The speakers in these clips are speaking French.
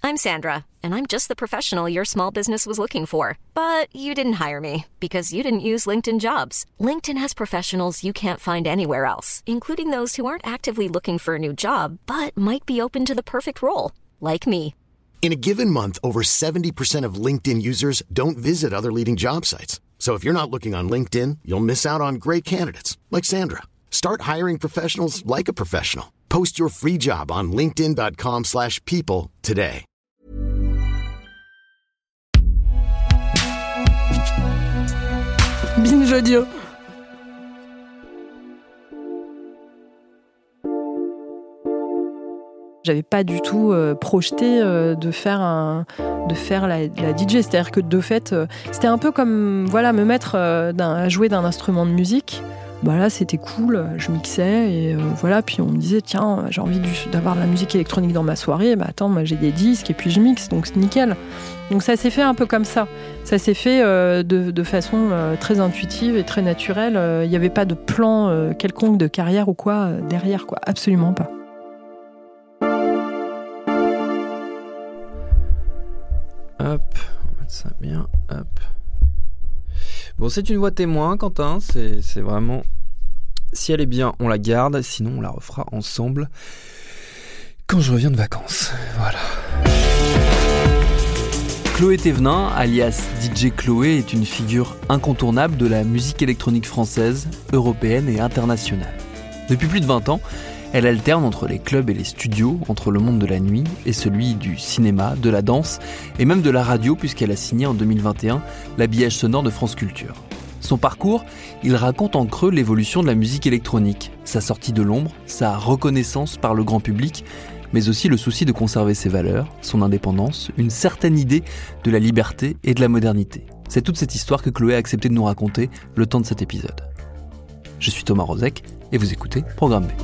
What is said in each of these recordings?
I'm Sandra, and I'm just the professional your small business was looking for. But you didn't hire me because you didn't use LinkedIn Jobs. LinkedIn has professionals you can't find anywhere else, including those who aren't actively looking for a new job, but might be open to the perfect role, like me. In a given month, over 70% of LinkedIn users don't visit other leading job sites. So if you're not looking on LinkedIn, you'll miss out on great candidates like Sandra. Start hiring professionals like a professional. Post your free job on linkedin.com/people today. Binge Audio. J'avais pas du tout projeté de faire la DJ. C'est-à-dire que de fait, c'était un peu comme me mettre à jouer d'un instrument de musique. Bah là, c'était cool, je mixais et puis on me disait tiens, j'ai envie d'avoir de la musique électronique dans ma soirée. Bah attends, moi j'ai des disques et puis je mixe, donc c'est nickel. Donc ça s'est fait un peu comme ça. Ça s'est fait de façon très intuitive et très naturelle. Il n'y avait pas de plan quelconque de carrière ou quoi derrière, quoi. Absolument pas. Hop, on va mettre ça bien, hop. Bon, c'est une voix témoin, Quentin, c'est vraiment... Si elle est bien, on la garde, sinon on la refera ensemble quand je reviens de vacances. Voilà. Chloé Thévenin, alias DJ Chloé, est une figure incontournable de la musique électronique française, européenne et internationale. Depuis plus de 20 ans, elle alterne entre les clubs et les studios, entre le monde de la nuit et celui du cinéma, de la danse et même de la radio, puisqu'elle a signé en 2021 l'habillage sonore de France Culture. Son parcours, il raconte en creux l'évolution de la musique électronique, sa sortie de l'ombre, sa reconnaissance par le grand public, mais aussi le souci de conserver ses valeurs, son indépendance, une certaine idée de la liberté et de la modernité. C'est toute cette histoire que Chloé a accepté de nous raconter le temps de cet épisode. Je suis Thomas Rozek et vous écoutez Programme B.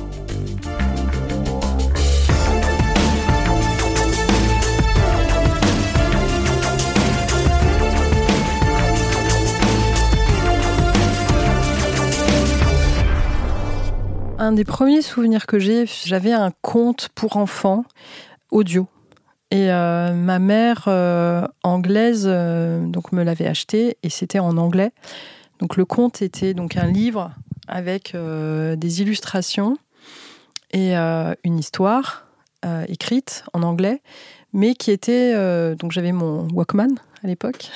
Un des premiers souvenirs que j'avais un conte pour enfants audio. Et ma mère anglaise donc me l'avait acheté et c'était en anglais. Donc le conte était donc un livre avec des illustrations et une histoire écrite en anglais, mais qui était donc j'avais mon Walkman à l'époque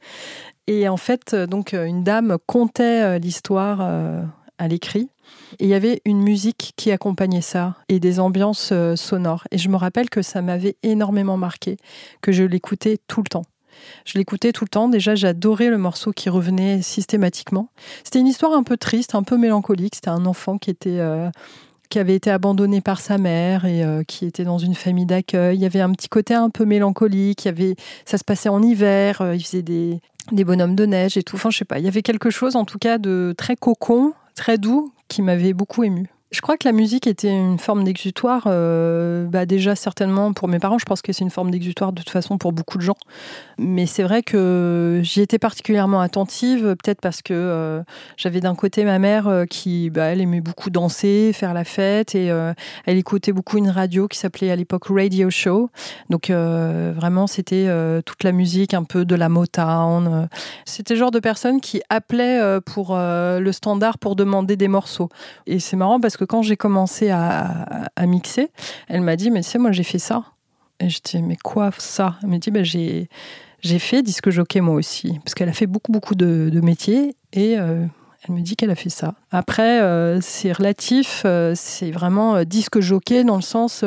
et en fait donc une dame contait l'histoire à l'écrit. Et il y avait une musique qui accompagnait ça et des ambiances sonores. Et je me rappelle que ça m'avait énormément marqué, que je l'écoutais tout le temps. Je l'écoutais tout le temps. Déjà, j'adorais le morceau qui revenait systématiquement. C'était une histoire un peu triste, un peu mélancolique. C'était un enfant qui avait été abandonné par sa mère et qui était dans une famille d'accueil. Il y avait un petit côté un peu mélancolique. Ça se passait en hiver. Il faisait des bonhommes de neige et tout. Enfin, je sais pas. Il y avait quelque chose, en tout cas, de très cocon, très doux, qui m'avait beaucoup émue. Je crois que la musique était une forme d'exutoire, déjà certainement pour mes parents, je pense que c'est une forme d'exutoire de toute façon pour beaucoup de gens. Mais c'est vrai que j'y étais particulièrement attentive, peut-être parce que j'avais d'un côté ma mère qui, elle aimait beaucoup danser, faire la fête, et elle écoutait beaucoup une radio qui s'appelait à l'époque Radio Show. Donc vraiment c'était toute la musique, un peu de la Motown. C'était le genre de personne qui appelait pour le standard pour demander des morceaux. Et c'est marrant parce que quand j'ai commencé à mixer, elle m'a dit, mais tu sais, moi j'ai fait ça. Et je dis, mais quoi ça? Elle m'a dit, j'ai fait disque jockey moi aussi. Parce qu'elle a fait beaucoup de métiers et elle me dit qu'elle a fait ça. Après, c'est relatif, c'est vraiment disque jockey dans le sens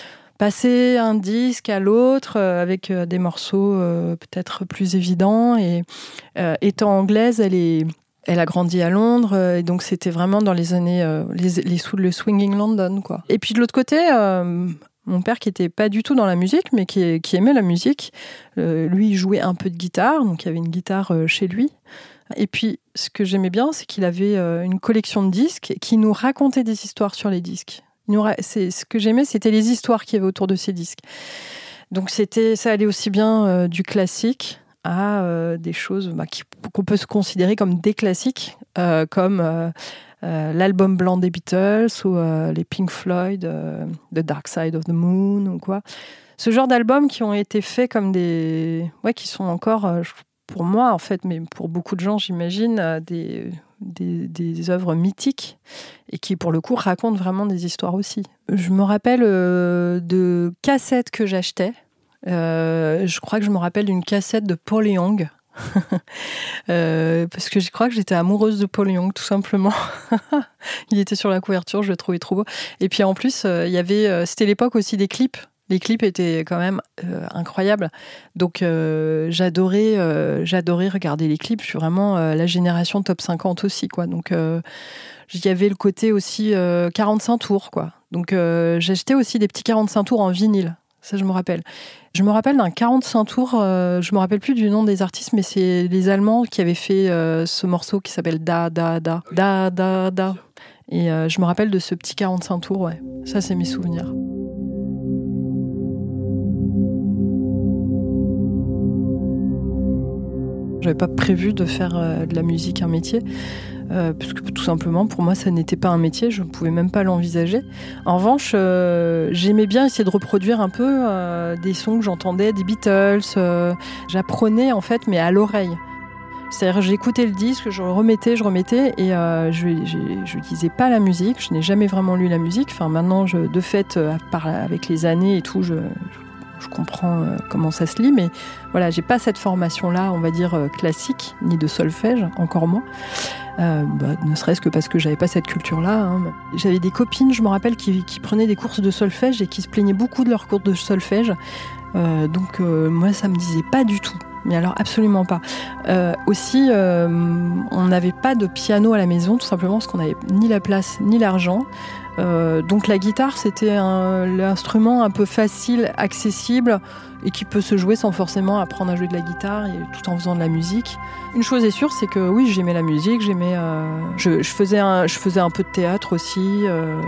passer un disque à l'autre avec des morceaux peut-être plus évidents. Et étant anglaise, elle a grandi à Londres, et donc c'était vraiment dans les années le swinging London, quoi. Et puis de l'autre côté, mon père qui était pas du tout dans la musique, mais qui aimait la musique, lui il jouait un peu de guitare, donc il y avait une guitare chez lui. Et puis ce que j'aimais bien, c'est qu'il avait une collection de disques qui nous racontait des histoires sur les disques. Ce que j'aimais, c'était les histoires qu'il y avait autour de ces disques. Donc ça allait aussi bien du classique à des choses qu'on peut se considérer comme des classiques, comme l'album blanc des Beatles ou les Pink Floyd, The Dark Side of the Moon ou quoi. Ce genre d'albums qui ont été faits comme qui sont encore, pour moi en fait, mais pour beaucoup de gens j'imagine, des œuvres mythiques et qui pour le coup racontent vraiment des histoires aussi. Je me rappelle de cassettes que j'achetais. Je crois que je me rappelle d'une cassette de Paul Young. Parce que je crois que j'étais amoureuse de Paul Young tout simplement. Il était sur la couverture, je le trouvais trop beau. Et puis en plus il y avait, c'était l'époque aussi des clips. Les clips étaient quand même incroyables. Donc j'adorais regarder les clips. Je suis vraiment la génération top 50 aussi, quoi. Donc il y avait le côté aussi 45 tours, quoi. Donc j'achetais aussi des petits 45 tours en vinyle. Ça, je me rappelle. Je me rappelle d'un 45 tours, je me rappelle plus du nom des artistes, mais c'est les Allemands qui avaient fait ce morceau qui s'appelle Da, Da, Da, Da, Da, Da. Et je me rappelle de ce petit 45 tours, ouais. Ça, c'est mes souvenirs. J'avais pas prévu de faire de la musique un métier, parce que tout simplement pour moi ça n'était pas un métier, je ne pouvais même pas l'envisager. En revanche, j'aimais bien essayer de reproduire un peu des sons que j'entendais, des Beatles. J'apprenais en fait, mais à l'oreille. C'est-à-dire j'écoutais le disque, je remettais, et je lisais pas la musique, je n'ai jamais vraiment lu la musique. Enfin maintenant, de fait, avec les années et tout, je comprends comment ça se lit, mais voilà, j'ai pas cette formation-là, on va dire classique, ni de solfège, encore moins. Ne serait-ce que parce que j'avais pas cette culture-là. Hein. J'avais des copines, je me rappelle, qui prenaient des courses de solfège et qui se plaignaient beaucoup de leurs cours de solfège. Donc moi, ça me disait pas du tout. Mais alors absolument pas. Aussi, on n'avait pas de piano à la maison, tout simplement parce qu'on n'avait ni la place ni l'argent. Donc la guitare, c'était l'instrument un peu facile, accessible et qui peut se jouer sans forcément apprendre à jouer de la guitare et tout en faisant de la musique. Une chose est sûre, c'est que oui, j'aimais la musique, je faisais un peu de théâtre aussi.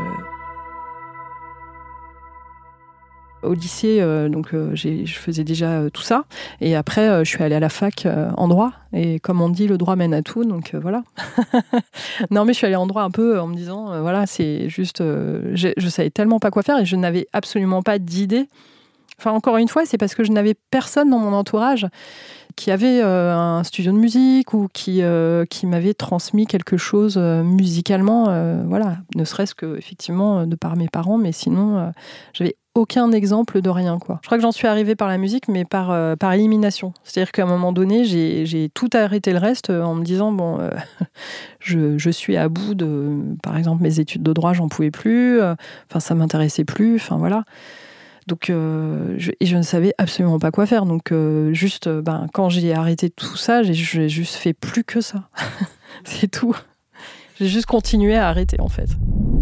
Au lycée, je faisais déjà tout ça. Et après, je suis allée à la fac en droit. Et comme on dit, le droit mène à tout. Donc voilà. Non, mais je suis allée en droit un peu en me disant, voilà, c'est juste... je savais tellement pas quoi faire et je n'avais absolument pas d'idée. Enfin, encore une fois, c'est parce que je n'avais personne dans mon entourage qui avait un studio de musique ou qui m'avait transmis quelque chose musicalement. Voilà, ne serait-ce que, effectivement, de par mes parents. Mais sinon, j'avais aucun exemple de rien, quoi. Je crois que j'en suis arrivée par la musique, mais par élimination. C'est-à-dire qu'à un moment donné, j'ai tout arrêté le reste en me disant, je suis à bout de... Par exemple, mes études de droit, j'en pouvais plus. Ça m'intéressait plus. Enfin, voilà. Donc, je ne savais absolument pas quoi faire. Donc, quand j'ai arrêté tout ça, j'ai juste fait plus que ça. C'est tout. J'ai juste continué à arrêter, en fait.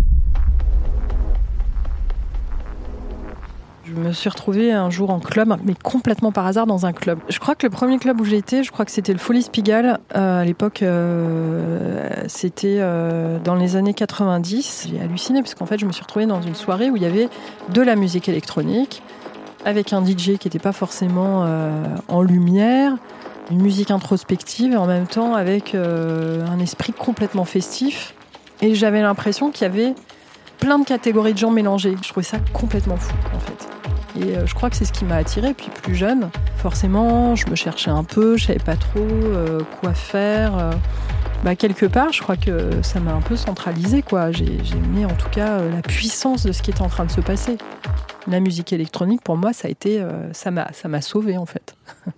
Je me suis retrouvée un jour en club, mais complètement par hasard dans un club. Je crois que le premier club où j'ai été, c'était le Folies Pigalle. À l'époque, c'était dans les années 90. J'ai halluciné parce qu'en fait, je me suis retrouvée dans une soirée où il y avait de la musique électronique, avec un DJ qui n'était pas forcément en lumière, une musique introspective et en même temps avec un esprit complètement festif. Et j'avais l'impression qu'il y avait plein de catégories de gens mélangées. Je trouvais ça complètement fou, en fait. Et je crois que c'est ce qui m'a attirée. Puis plus jeune, forcément, je me cherchais un peu, je savais pas trop quoi faire. Quelque part, je crois que ça m'a un peu centralisée, quoi. J'ai aimé en tout cas la puissance de ce qui était en train de se passer. La musique électronique, pour moi, ça a été, ça m'a sauvée, en fait.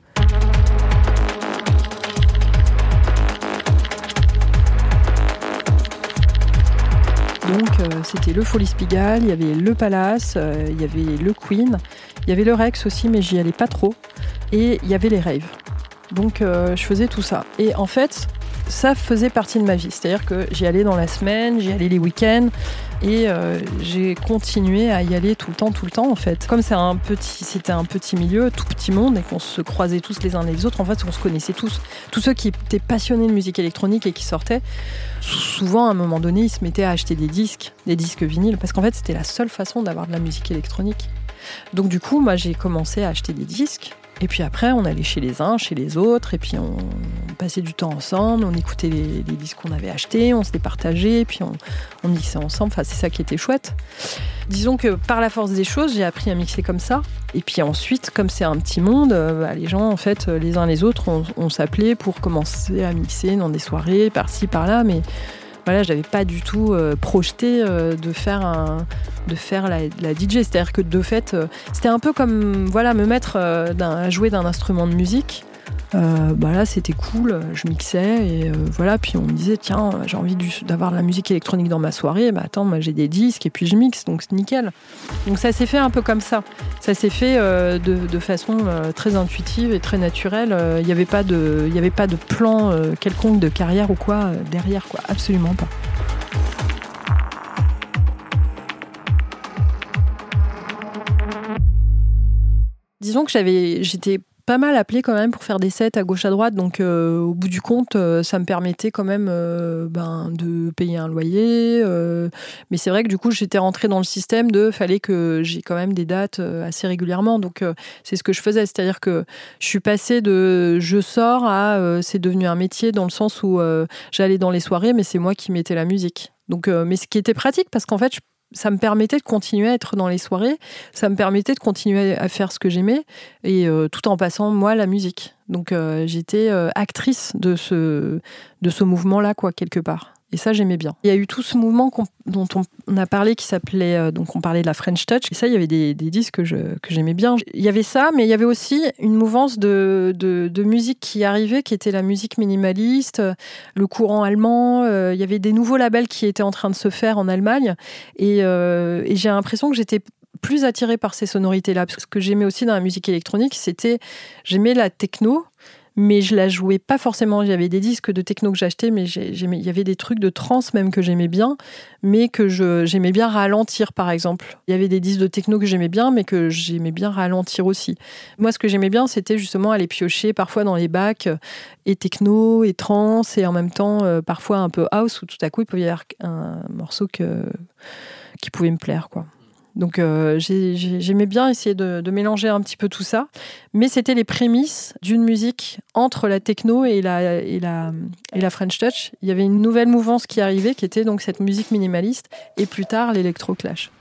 Donc c'était le Folies Pigalle, il y avait le Palace, il y avait le Queen, il y avait le Rex aussi, mais j'y allais pas trop. Et il y avait les raves. Donc je faisais tout ça. Et en fait, ça faisait partie de ma vie. C'est-à-dire que j'y allais dans la semaine, j'y allais les week-ends. Et j'ai continué à y aller tout le temps, en fait. Comme c'était un petit milieu, tout petit monde, et qu'on se croisait tous les uns les autres, en fait, on se connaissait tous. Tous ceux qui étaient passionnés de musique électronique et qui sortaient, souvent, à un moment donné, ils se mettaient à acheter des disques vinyles, parce qu'en fait, c'était la seule façon d'avoir de la musique électronique. Donc du coup, moi, j'ai commencé à acheter des disques. Et puis après, on allait chez les uns, chez les autres, et puis on passait du temps ensemble, on écoutait les disques qu'on avait achetés, on se les partageait, et puis on mixait ensemble. Enfin, c'est ça qui était chouette. Disons que par la force des choses, j'ai appris à mixer comme ça. Et puis ensuite, comme c'est un petit monde, les gens, en fait, les uns les autres, on s'appelait pour commencer à mixer dans des soirées, par-ci, par-là, mais voilà, je n'avais pas du tout projeté de faire la DJ. C'est-à-dire que de fait, c'était un peu comme me mettre à jouer d'un instrument de musique. Là, c'était cool, je mixais et puis on me disait tiens, j'ai envie d'avoir de la musique électronique dans ma soirée. Attends, moi j'ai des disques et puis je mixe, donc c'est nickel. Donc ça s'est fait un peu comme ça. Ça s'est fait de façon très intuitive et très naturelle. Il n'y avait pas de plan quelconque de carrière ou quoi derrière, quoi. Absolument pas. Disons que j'étais pas mal appelée quand même pour faire des sets à gauche à droite, donc au bout du compte ça me permettait quand même de payer un loyer, mais c'est vrai que du coup j'étais rentrée dans le système fallait que j'ai quand même des dates assez régulièrement, donc c'est ce que je faisais, c'est-à-dire que je suis passée de je sors à c'est devenu un métier dans le sens où j'allais dans les soirées mais c'est moi qui mettais la musique, donc mais ce qui était pratique parce qu'en fait ça me permettait de continuer à être dans les soirées, ça me permettait de continuer à faire ce que j'aimais, et tout en passant, moi, la musique. Donc j'étais actrice de ce mouvement-là, quoi, quelque part. Et ça, j'aimais bien. Il y a eu tout ce mouvement dont on a parlé, qui s'appelait... donc on parlait de la French Touch. Et ça, il y avait des disques que j'aimais bien. Il y avait ça, mais il y avait aussi une mouvance de musique qui arrivait, qui était la musique minimaliste, le courant allemand. Il y avait des nouveaux labels qui étaient en train de se faire en Allemagne. Et j'ai l'impression que j'étais plus attirée par ces sonorités-là. Parce que ce que j'aimais aussi dans la musique électronique, j'aimais la techno, mais je la jouais pas forcément. Il y avait des disques de techno que j'achetais, mais il y avait des trucs de trance même que j'aimais bien, mais que j'aimais bien ralentir, par exemple. Il y avait des disques de techno que j'aimais bien, mais que j'aimais bien ralentir aussi. Moi, ce que j'aimais bien, c'était justement aller piocher parfois dans les bacs, et techno, et trance, et en même temps, parfois un peu house, où tout à coup, il pouvait y avoir un morceau qui pouvait me plaire, quoi. Donc j'aimais bien essayer de mélanger un petit peu tout ça, mais c'était les prémices d'une musique entre la techno et la French Touch. Il y avait une nouvelle mouvance qui arrivait, qui était donc cette musique minimaliste, et plus tard l'électro-clash.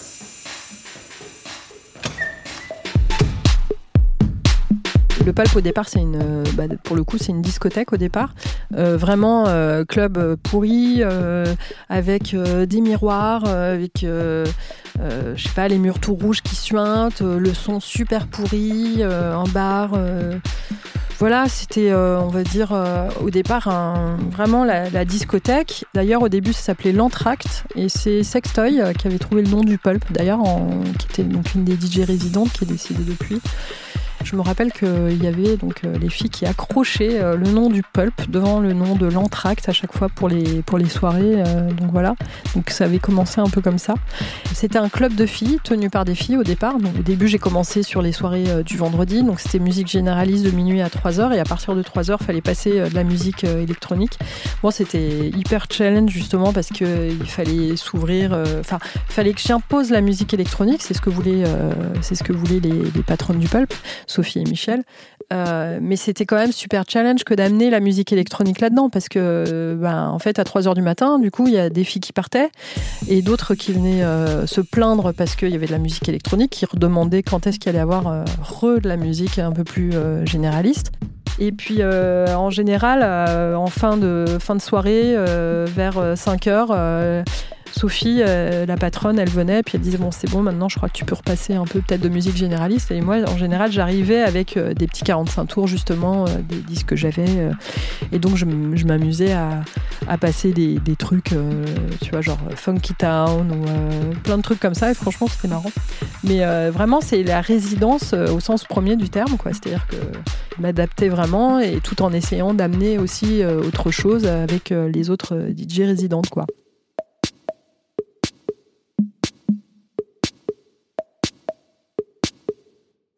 Le Pulp, au départ, pour le coup, c'est une discothèque au départ. Vraiment club pourri, avec des miroirs, avec, je sais pas, les murs tout rouges qui suintent, le son super pourri, un bar. Voilà, c'était, on va dire, au départ, vraiment la discothèque. D'ailleurs, au début, ça s'appelait l'Entracte, et c'est Sextoy qui avait trouvé le nom du Pulp, d'ailleurs, qui était donc une des DJ résidentes, qui est décédée depuis. Je me rappelle qu'il y avait donc les filles qui accrochaient le nom du Pulp devant le nom de l'Entracte à chaque fois pour les soirées. Donc voilà. Donc ça avait commencé un peu comme ça. C'était un club de filles tenu par des filles au départ. Donc au début, j'ai commencé sur les soirées du vendredi. Donc c'était musique généraliste de minuit à 3h. Et à partir de 3h, il fallait passer de la musique électronique. Bon, c'était hyper challenge justement parce qu'il fallait s'ouvrir. Enfin, il fallait que j'impose la musique électronique. C'est ce que voulaient les patronnes du Pulp, Sophie et Michel. Mais c'était quand même super challenge que d'amener la musique électronique là-dedans, parce que en fait à 3h du matin, du coup il y a des filles qui partaient et d'autres qui venaient se plaindre parce qu'il y avait de la musique électronique, qui redemandaient quand est-ce qu'il allait y avoir de la musique un peu plus généraliste. Et puis en général en fin de soirée vers 5h, Sophie, la patronne, elle venait, puis elle disait bon, c'est bon, maintenant je crois que tu peux repasser un peu peut-être de musique généraliste. Et moi, en général, j'arrivais avec des petits 45 tours, justement, des disques que j'avais. Et donc, je m'amusais à passer des trucs, tu vois, genre Funky Town ou plein de trucs comme ça. Et franchement, c'était marrant. Mais vraiment, c'est la résidence au sens premier du terme, quoi. C'est-à-dire que je m'adaptais vraiment, et tout en essayant d'amener aussi autre chose avec les autres DJ résidentes, quoi.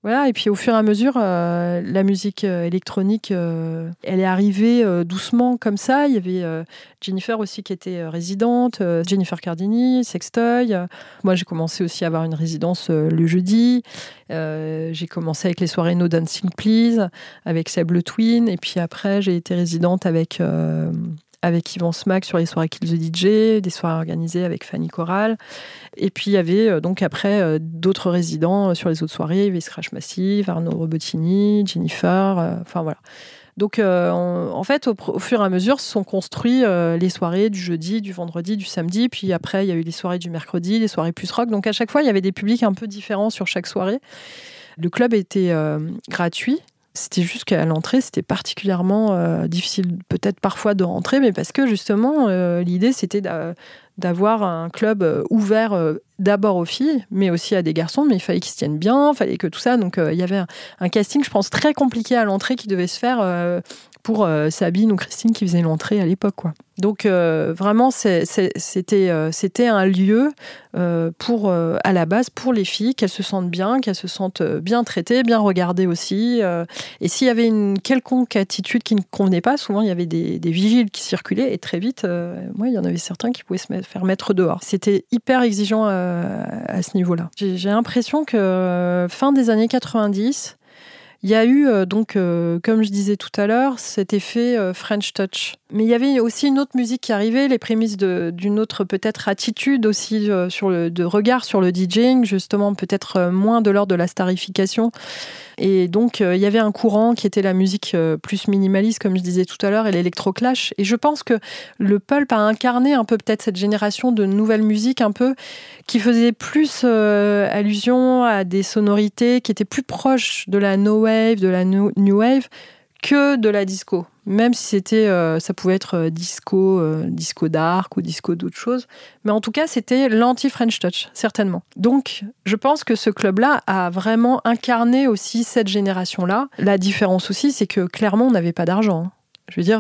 Voilà, et puis au fur et à mesure, la musique électronique, elle est arrivée doucement comme ça. Il y avait Jennifer aussi qui était résidente, Jennifer Cardini, Sextoy. Moi, j'ai commencé aussi à avoir une résidence le jeudi. J'ai commencé avec les soirées No Dancing Please, avec Seb Le Twin, et puis après, j'ai été résidente avec Yvan Smack sur les soirées Kill the DJ, des soirées organisées avec Fanny Corral. Et puis il y avait donc après d'autres résidents sur les autres soirées, il y avait Scratch Massive, Arnaud Robotini, Jennifer, enfin voilà. Donc en fait, au fur et à mesure, se sont construits les soirées du jeudi, du vendredi, du samedi. Puis après, il y a eu les soirées du mercredi, les soirées plus rock. Donc à chaque fois, il y avait des publics un peu différents sur chaque soirée. Le club était gratuit. C'était juste qu'à l'entrée, c'était particulièrement difficile, peut-être parfois de rentrer, mais parce que justement, l'idée, c'était d'avoir un club ouvert d'abord aux filles, mais aussi à des garçons, mais il fallait qu'ils se tiennent bien, il fallait que tout ça. Donc, il y avait un casting, je pense, très compliqué à l'entrée qui devait se faire pour Sabine ou Christine qui faisaient l'entrée à l'époque, quoi. Donc, vraiment, c'était un lieu à la base, pour les filles, qu'elles se sentent bien traitées, bien regardées aussi. Et s'il y avait une quelconque attitude qui ne convenait pas, souvent, il y avait des vigiles qui circulaient et très vite, il y en avait certains qui pouvaient faire mettre dehors. C'était hyper exigeant à ce niveau-là. J'ai l'impression que fin des années 90, il y a eu, comme je disais tout à l'heure, cet effet French Touch. Mais il y avait aussi une autre musique qui arrivait, les prémices d'une autre peut-être attitude aussi de regard sur le DJing, justement peut-être moins de l'ordre de la starification. Et donc, il y avait un courant qui était la musique plus minimaliste, comme je disais tout à l'heure, et l'électroclash. Et je pense que le Pulp a incarné un peu peut-être cette génération de nouvelles musiques un peu qui faisait plus allusion à des sonorités qui étaient plus proches de la no wave, de la new wave, que de la disco. Même si ça pouvait être disco dark ou disco d'autres choses. Mais en tout cas, c'était l'anti-French Touch, certainement. Donc, je pense que ce club-là a vraiment incarné aussi cette génération-là. La différence aussi, c'est que clairement, on n'avait pas d'argent, hein. Je veux dire,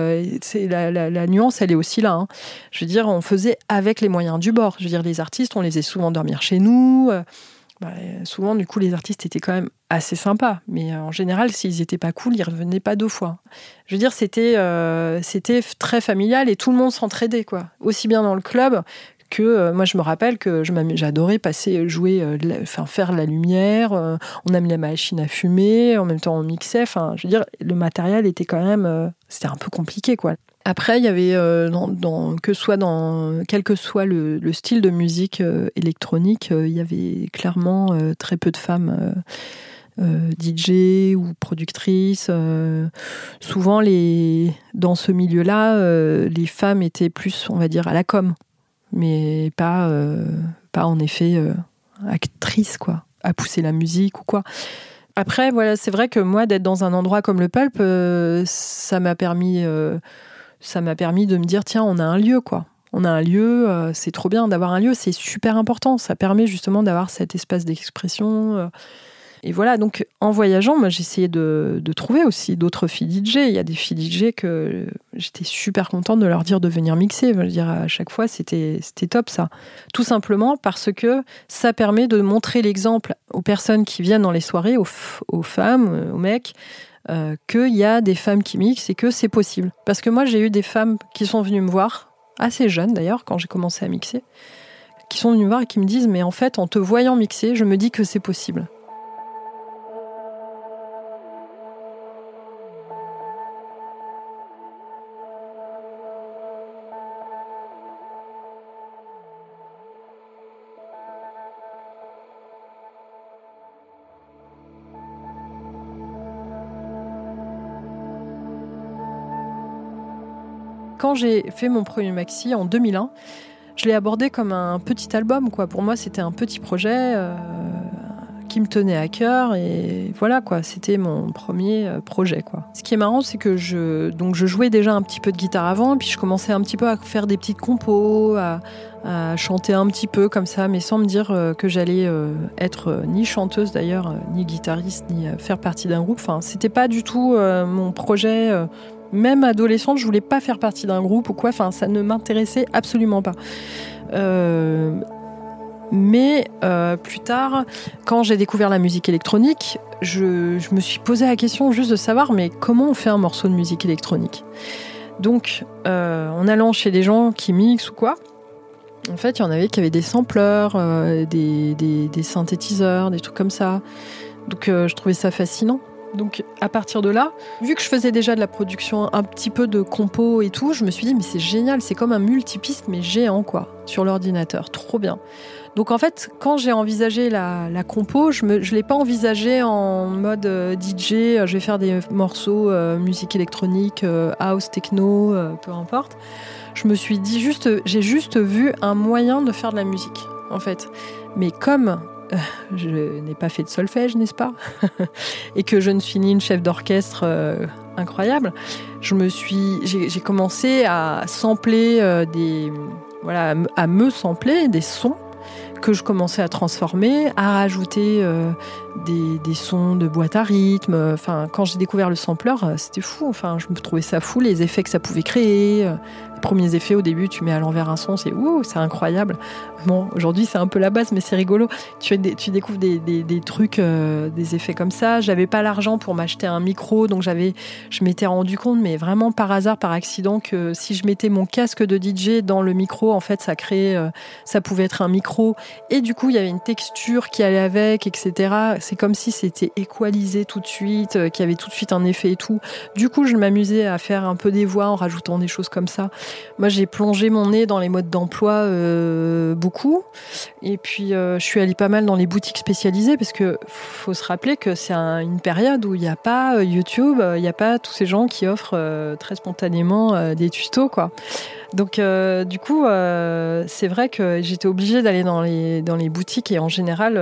la nuance, elle est aussi là, hein. Je veux dire, on faisait avec les moyens du bord. Je veux dire, les artistes, on les faisait souvent dormir chez nous. Souvent, du coup, les artistes étaient quand même assez sympas. Mais en général, s'ils n'étaient pas cool, ils ne revenaient pas 2 fois. Je veux dire, c'était très familial et tout le monde s'entraidait, quoi. Aussi bien dans le club que moi, je me rappelle que j'adorais faire la lumière. On amenait la machine à fumer. En même temps, on mixait. Enfin, je veux dire, le matériel était quand même... c'était un peu compliqué, quoi. Après, il y avait, quel que soit le style de musique électronique, il y avait clairement très peu de femmes DJ ou productrices. Souvent, dans ce milieu-là, les femmes étaient plus, on va dire, à la com, mais pas en effet actrices, quoi, à pousser la musique ou quoi. Après, voilà, c'est vrai que moi, d'être dans un endroit comme le Pulp, ça m'a permis de me dire, tiens, on a un lieu, quoi. On a un lieu, c'est trop bien d'avoir un lieu, c'est super important. Ça permet justement d'avoir cet espace d'expression. Et voilà, donc en voyageant, moi, j'essayais de trouver aussi d'autres filles DJ. Il y a des filles DJ que j'étais super contente de leur dire de venir mixer. Je veux dire, à chaque fois, c'était top, ça. Tout simplement parce que ça permet de montrer l'exemple aux personnes qui viennent dans les soirées, aux femmes, aux mecs, qu'il y a des femmes qui mixent et que c'est possible. Parce que moi, j'ai eu des femmes qui sont venues me voir, assez jeunes d'ailleurs, quand j'ai commencé à mixer, qui sont venues me voir et qui me disent « Mais en fait, en te voyant mixer, je me dis que c'est possible. » Quand j'ai fait mon premier maxi en 2001, je l'ai abordé comme un petit album, quoi. Pour moi, c'était un petit projet qui me tenait à cœur et voilà, quoi. C'était mon premier projet, quoi. Ce qui est marrant, c'est que je jouais déjà un petit peu de guitare avant, puis je commençais un petit peu à faire des petites compos, à chanter un petit peu comme ça, mais sans me dire que j'allais être ni chanteuse d'ailleurs, ni guitariste, ni faire partie d'un groupe. Enfin, c'était pas du tout mon projet. Même adolescente, je voulais pas faire partie d'un groupe ou quoi. Enfin, ça ne m'intéressait absolument pas. Mais plus tard, quand j'ai découvert la musique électronique, je me suis posé la question juste de savoir mais comment on fait un morceau de musique électronique. Donc, en allant chez des gens qui mixent ou quoi, en fait, il y en avait qui avaient des sampleurs, des synthétiseurs, des trucs comme ça. Donc, je trouvais ça fascinant. Donc, à partir de là, vu que je faisais déjà de la production, un petit peu de compo et tout, je me suis dit, mais c'est génial, c'est comme un multipiste, mais géant, quoi, sur l'ordinateur. Trop bien. Donc, en fait, quand j'ai envisagé la compo, je l'ai pas envisagé en mode DJ, je vais faire des morceaux musique électronique, house, techno, peu importe. Je me suis dit j'ai juste vu un moyen de faire de la musique, en fait. Mais comme je n'ai pas fait de solfège, n'est-ce pas? Et que je ne suis ni une chef d'orchestre incroyable, j'ai commencé à sampler à me sampler des sons que je commençais à transformer, à rajouter des sons de boîte à rythme. Enfin, quand j'ai découvert le sampler, c'était fou. Enfin, je me trouvais ça fou, les effets que ça pouvait créer. Les premiers effets, au début, tu mets à l'envers un son, c'est incroyable. Bon, aujourd'hui, c'est un peu la base, mais c'est rigolo. Tu découvres des trucs, des effets comme ça. J'avais pas l'argent pour m'acheter un micro, donc je m'étais rendu compte, mais vraiment par hasard, par accident, que si je mettais mon casque de DJ dans le micro, en fait, ça pouvait être un micro. Et du coup, il y avait une texture qui allait avec, etc. C'est comme si c'était équalisé tout de suite, qu'il y avait tout de suite un effet et tout. Du coup, je m'amusais à faire un peu des voix en rajoutant des choses comme ça. Moi, j'ai plongé mon nez dans les modes d'emploi beaucoup. Et puis, je suis allée pas mal dans les boutiques spécialisées parce que faut se rappeler que c'est une période où il n'y a pas YouTube, il n'y a pas tous ces gens qui offrent très spontanément des tutos, quoi. Donc, du coup, c'est vrai que j'étais obligée d'aller dans les boutiques et en général,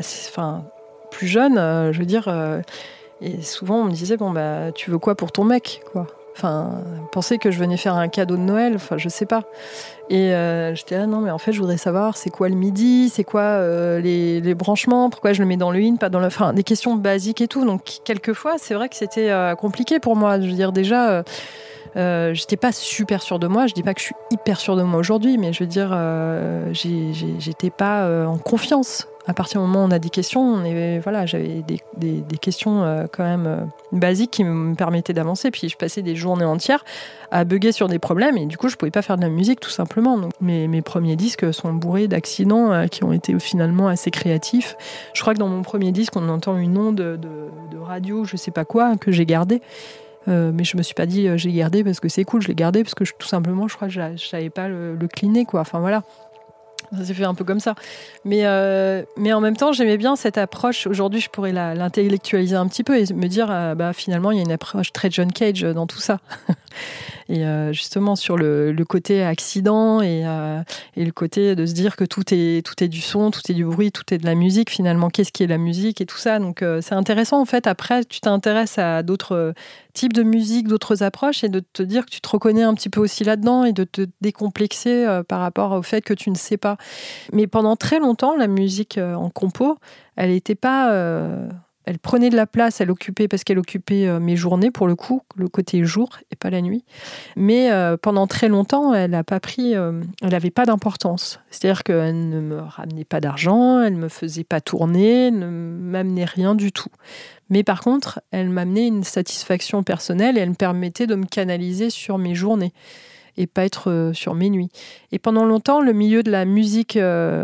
plus jeune, je veux dire, et souvent on me disait tu veux quoi pour ton mec, quoi. Enfin, penser que je venais faire un cadeau de Noël, enfin, je sais pas. Et j'étais là, non, mais en fait, je voudrais savoir c'est quoi le MIDI, c'est quoi les branchements, pourquoi je le mets dans le in, pas dans le. Enfin, des questions basiques et tout. Donc, quelquefois, c'est vrai que c'était compliqué pour moi. Je veux dire, déjà. J'étais pas super sûre de moi. Je dis pas que je suis hyper sûre de moi aujourd'hui, mais je veux dire, j'étais pas en confiance. À partir du moment où on a des questions, j'avais des questions quand même basiques qui me permettaient d'avancer. Puis je passais des journées entières à bugger sur des problèmes et du coup, je pouvais pas faire de la musique tout simplement. Donc, mes premiers disques sont bourrés d'accidents qui ont été finalement assez créatifs. Je crois que dans mon premier disque, on entend une onde de radio, je sais pas quoi, que j'ai gardée. Mais je me suis pas dit j'ai gardé parce que c'est cool, je l'ai gardé parce que tout simplement je crois que je savais pas le cleaner, quoi. Enfin voilà, ça s'est fait un peu comme ça. Mais en même temps j'aimais bien cette approche. Aujourd'hui je pourrais l'intellectualiser un petit peu et me dire finalement il y a une approche très John Cage dans tout ça. Et justement sur le côté accident et le côté de se dire que tout est du son, tout est du bruit, tout est de la musique. Finalement, qu'est-ce qui est la musique et tout ça. Donc c'est intéressant en fait. Après, tu t'intéresses à d'autres types de musique, d'autres approches et de te dire que tu te reconnais un petit peu aussi là-dedans et de te décomplexer par rapport au fait que tu ne sais pas. Mais pendant très longtemps, la musique en compo, elle n'était pas... Elle prenait de la place, parce qu'elle occupait mes journées, pour le coup, le côté jour et pas la nuit. Mais pendant très longtemps, elle n'avait pas d'importance. C'est-à-dire qu'elle ne me ramenait pas d'argent, elle ne me faisait pas tourner, elle ne m'amenait rien du tout. Mais par contre, elle m'amenait une satisfaction personnelle et elle me permettait de me canaliser sur mes journées et pas être sur mes nuits. Et pendant longtemps, le milieu de la musique,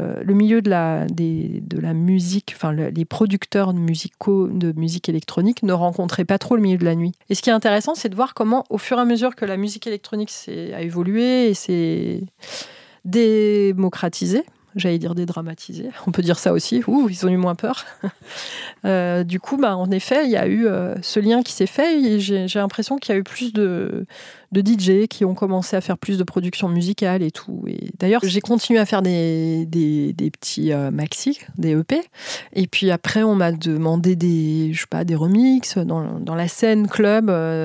les producteurs de musique électronique ne rencontraient pas trop le milieu de la nuit. Et ce qui est intéressant, c'est de voir comment, au fur et à mesure que la musique électronique a évolué et s'est démocratisée, j'allais dire dédramatisé, on peut dire ça aussi, ils ont eu moins peur. Du coup, en effet, il y a eu ce lien qui s'est fait et j'ai l'impression qu'il y a eu plus de DJ qui ont commencé à faire plus de production musicale et tout. Et d'ailleurs, j'ai continué à faire des petits maxi, des EP. Et puis après, on m'a demandé des remixes dans la scène club,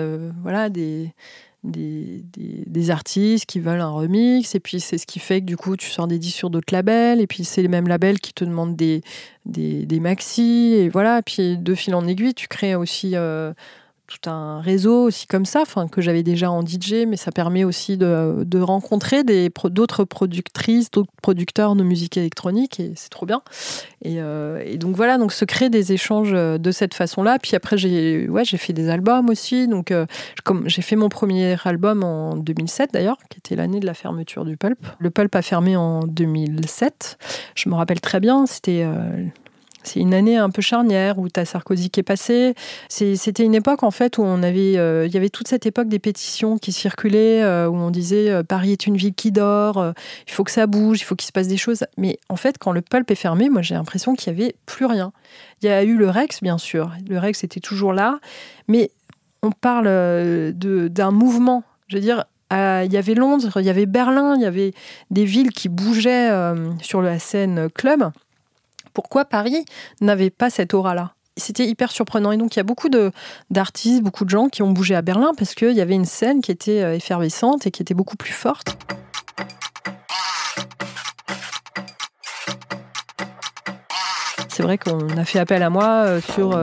des artistes qui veulent un remix, et puis c'est ce qui fait que du coup tu sors des disques sur d'autres labels, et puis c'est les mêmes labels qui te demandent des maxi, et voilà, et puis de fil en aiguille tu crées aussi tout un réseau aussi comme ça, que j'avais déjà en DJ, mais ça permet aussi de rencontrer d'autres productrices, d'autres producteurs de musique électronique, et c'est trop bien. Et donc voilà, donc se créer des échanges de cette façon-là. Puis après, j'ai fait des albums aussi. Donc comme j'ai fait mon premier album en 2007 d'ailleurs, qui était l'année de la fermeture du Pulp. Le Pulp a fermé en 2007. Je me rappelle très bien, c'est une année un peu charnière où t'as Sarkozy qui est passé. C'était une époque en fait où il y avait toute cette époque des pétitions qui circulaient où on disait Paris est une ville qui dort, il faut que ça bouge, il faut qu'il se passe des choses. Mais en fait, quand le Pulp est fermé, moi j'ai l'impression qu'il y avait plus rien. Il y a eu le Rex, bien sûr. Le Rex était toujours là, mais on parle d'un mouvement. Je veux dire, il y avait Londres, il y avait Berlin, il y avait des villes qui bougeaient sur la scène club. Pourquoi Paris n'avait pas cette aura-là ? C'était hyper surprenant. Et donc, il y a beaucoup d'artistes, beaucoup de gens qui ont bougé à Berlin parce qu'il y avait une scène qui était effervescente et qui était beaucoup plus forte. C'est vrai qu'on a fait appel à moi sur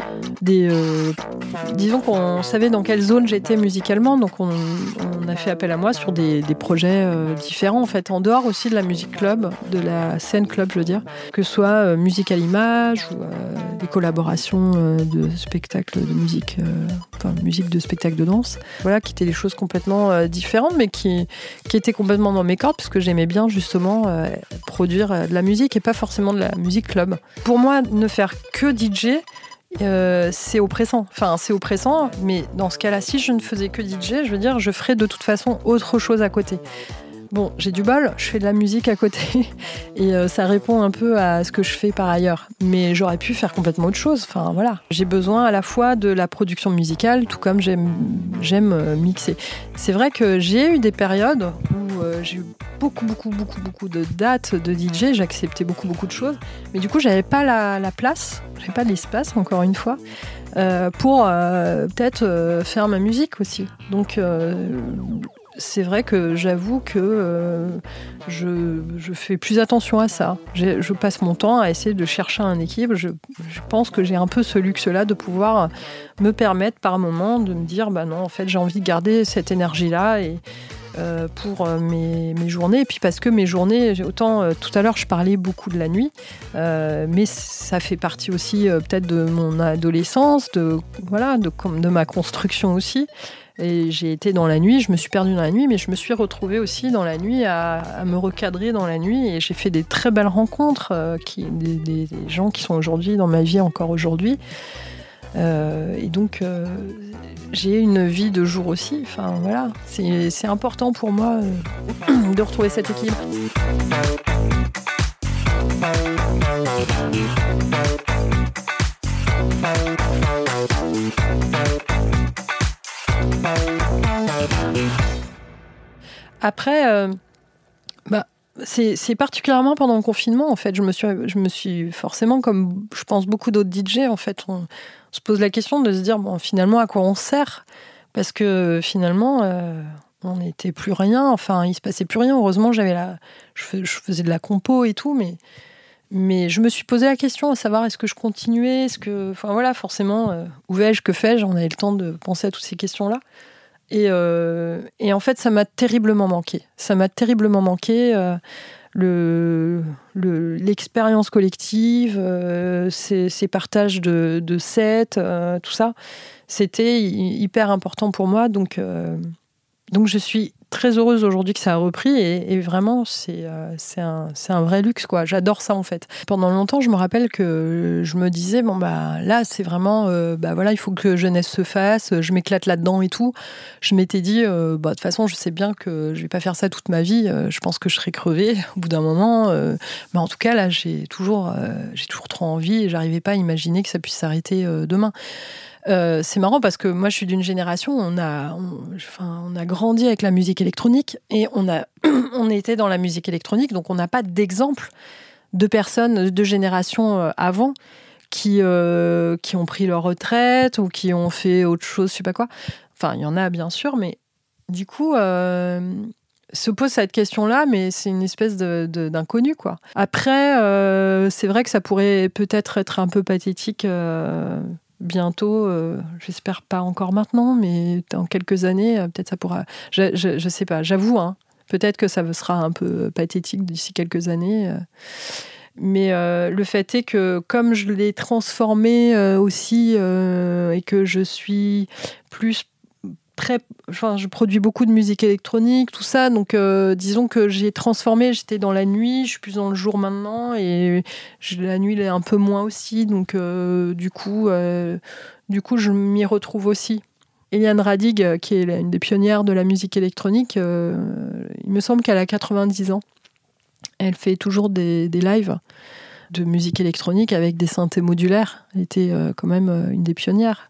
disons qu'on savait dans quelle zone j'étais musicalement, donc on a fait appel à moi sur des projets différents, en fait, en dehors aussi de la musique club, de la scène club, je veux dire, que ce soit musique à l'image ou des collaborations de spectacles de musique, musique de spectacle de danse, voilà, qui étaient des choses complètement différentes, mais qui étaient complètement dans mes cordes, parce que j'aimais bien justement produire de la musique et pas forcément de la musique club. Pour moi, ne faire que DJ, c'est oppressant. Enfin, c'est oppressant, mais dans ce cas-là, si je ne faisais que DJ, je veux dire, je ferais de toute façon autre chose à côté. Bon, j'ai du bol, je fais de la musique à côté et ça répond un peu à ce que je fais par ailleurs. Mais j'aurais pu faire complètement autre chose. Enfin, voilà. J'ai besoin à la fois de la production musicale, tout comme j'aime mixer. C'est vrai que j'ai eu des périodes où j'ai eu beaucoup de dates de DJ, j'acceptais beaucoup de choses, mais du coup, j'avais pas la place, j'avais pas l'espace, encore une fois, pour peut-être faire ma musique aussi. Donc, c'est vrai que j'avoue que je fais plus attention à ça. Je passe mon temps à essayer de chercher un équilibre. Je pense que j'ai un peu ce luxe-là de pouvoir me permettre par moment de me dire bah non, en fait, j'ai envie de garder cette énergie-là et pour mes journées. Et puis parce que mes journées, autant tout à l'heure, je parlais beaucoup de la nuit, mais ça fait partie aussi peut-être de mon adolescence, de ma construction aussi. Et j'ai été dans la nuit, je me suis perdue dans la nuit, mais je me suis retrouvée aussi dans la nuit à me recadrer dans la nuit. Et j'ai fait des très belles rencontres, des gens qui sont aujourd'hui dans ma vie encore aujourd'hui. Et donc, j'ai une vie de jour aussi. Enfin, voilà, c'est important pour moi de retrouver cet équilibre. Après, c'est particulièrement pendant le confinement, en fait. Je me suis forcément, comme je pense beaucoup d'autres DJ, en fait, on se pose la question de se dire, bon, finalement, à quoi on sert ? Parce que finalement, on n'était plus rien. Enfin, il se passait plus rien. Heureusement, je faisais de la compo et tout, mais je me suis posé la question à savoir est-ce que je continuais, enfin voilà, forcément, où vais-je, que fais-je ? On avait le temps de penser à toutes ces questions-là. Et en fait, ça m'a terriblement manqué. Ça m'a terriblement manqué l'expérience collective, ces partages de sets, tout ça. C'était hyper important pour moi. Donc je suis très heureuse aujourd'hui que ça a repris et vraiment, c'est un vrai luxe, quoi. J'adore ça, en fait. Pendant longtemps, je me rappelle que je me disais, bon, bah, là, c'est vraiment, voilà, il faut que jeunesse se fasse, je m'éclate là-dedans et tout. Je m'étais dit, de toute façon, je sais bien que je vais pas faire ça toute ma vie, je pense que je serai crevée au bout d'un moment. Mais en tout cas, là, j'ai toujours trop envie et j'arrivais pas à imaginer que ça puisse s'arrêter demain. C'est marrant parce que moi je suis d'une génération où on a grandi avec la musique électronique et on était dans la musique électronique, donc on n'a pas d'exemple de personnes de génération avant qui ont pris leur retraite ou qui ont fait autre chose, je sais pas quoi. Enfin, il y en a bien sûr, mais du coup se pose cette question-là, mais c'est une espèce d'inconnu, quoi. Après, c'est vrai que ça pourrait peut-être être un peu pathétique bientôt, j'espère pas encore maintenant, mais dans quelques années, peut-être ça pourra... Je sais pas, j'avoue, hein, peut-être que ça sera un peu pathétique d'ici quelques années. Mais le fait est que comme je l'ai transformé aussi et que je suis plus je produis beaucoup de musique électronique, tout ça, donc disons que j'ai transformé, j'étais dans la nuit, je suis plus dans le jour maintenant, et la nuit est un peu moins aussi, donc du coup je m'y retrouve aussi. Eliane Radig, qui est une des pionnières de la musique électronique, il me semble qu'elle a 90 ans. Elle fait toujours des lives de musique électronique avec des synthés modulaires. Elle était quand même une des pionnières.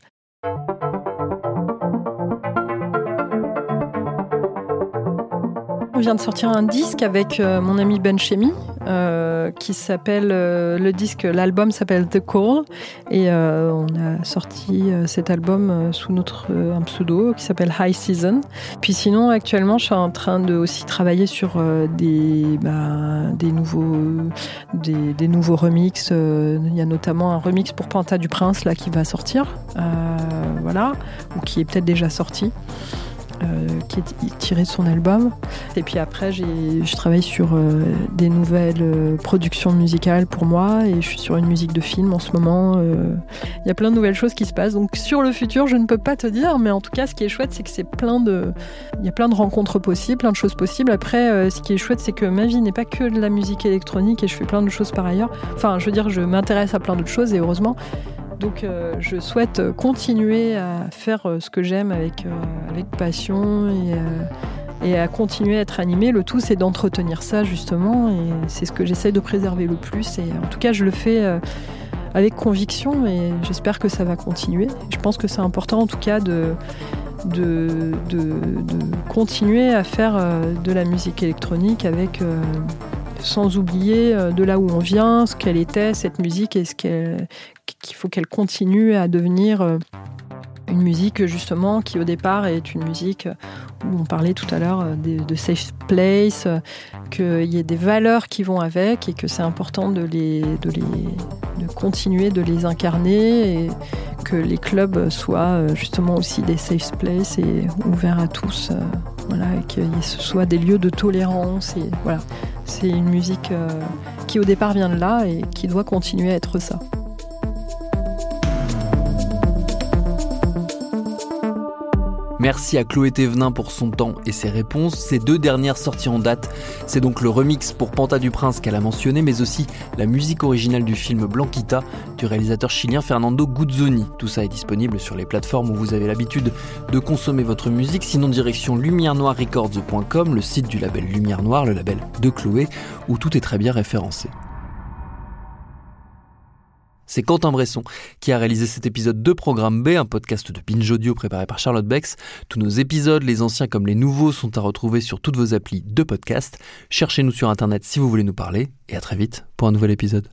On vient de sortir un disque avec mon ami Ben Chemi, qui s'appelle, l'album s'appelle The Call, et on a sorti cet album sous un pseudo qui s'appelle High Season. Puis sinon, actuellement, je suis en train de aussi travailler sur des nouveaux remixes. Il y a notamment un remix pour Panta du Prince là qui va sortir, ou qui est peut-être déjà sorti. Qui est tiré de son album. Et puis après, je travaille sur des nouvelles productions musicales pour moi, et je suis sur une musique de film en ce moment. Il y a plein de nouvelles choses qui se passent. Donc sur le futur, je ne peux pas te dire, mais en tout cas, ce qui est chouette, c'est que il y a plein de rencontres possibles, plein de choses possibles. Après, ce qui est chouette, c'est que ma vie n'est pas que de la musique électronique, et je fais plein de choses par ailleurs. Enfin, je veux dire, je m'intéresse à plein d'autres choses, et heureusement. Donc je souhaite continuer à faire ce que j'aime avec passion, et à continuer à être animée. Le tout, c'est d'entretenir ça, justement, et c'est ce que j'essaie de préserver le plus. Et en tout cas, je le fais avec conviction, et j'espère que ça va continuer. Je pense que c'est important, en tout cas, de continuer à faire de la musique électronique avec... sans oublier de là où on vient, ce qu'elle était, cette musique, et qu'il faut qu'elle continue à devenir une musique, justement, qui au départ est une musique où on parlait tout à l'heure de safe place, qu'il y ait des valeurs qui vont avec, et que c'est important de continuer de les incarner, et que les clubs soient justement aussi des safe places et ouverts à tous, et que ce soit des lieux de tolérance. Et voilà, c'est une musique qui au départ vient de là et qui doit continuer à être ça. Merci à Chloé Thévenin pour son temps et ses réponses. Ses 2 dernières sorties en date, c'est donc le remix pour Panta du Prince qu'elle a mentionné, mais aussi la musique originale du film Blanquita du réalisateur chilien Fernando Guzzoni. Tout ça est disponible sur les plateformes où vous avez l'habitude de consommer votre musique. Sinon, direction lumièrenoirerecords.com, le site du label Lumière Noire, le label de Chloé, où tout est très bien référencé. C'est Quentin Bresson qui a réalisé cet épisode de Programme B, un podcast de Binge Audio préparé par Charlotte Bex. Tous nos épisodes, les anciens comme les nouveaux, sont à retrouver sur toutes vos applis de podcast. Cherchez-nous sur Internet si vous voulez nous parler, et à très vite pour un nouvel épisode.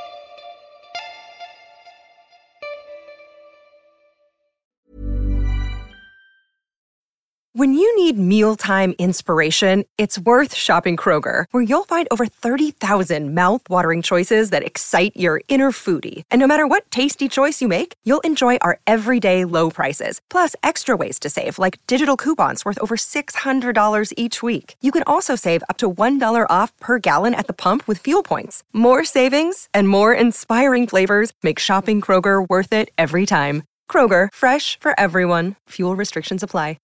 When you need mealtime inspiration, it's worth shopping Kroger, where you'll find over 30,000 mouth-watering choices that excite your inner foodie. And no matter what tasty choice you make, you'll enjoy our everyday low prices, plus extra ways to save, like digital coupons worth over $600 each week. You can also save up to $1 off per gallon at the pump with fuel points. More savings and more inspiring flavors make shopping Kroger worth it every time. Kroger, fresh for everyone. Fuel restrictions apply.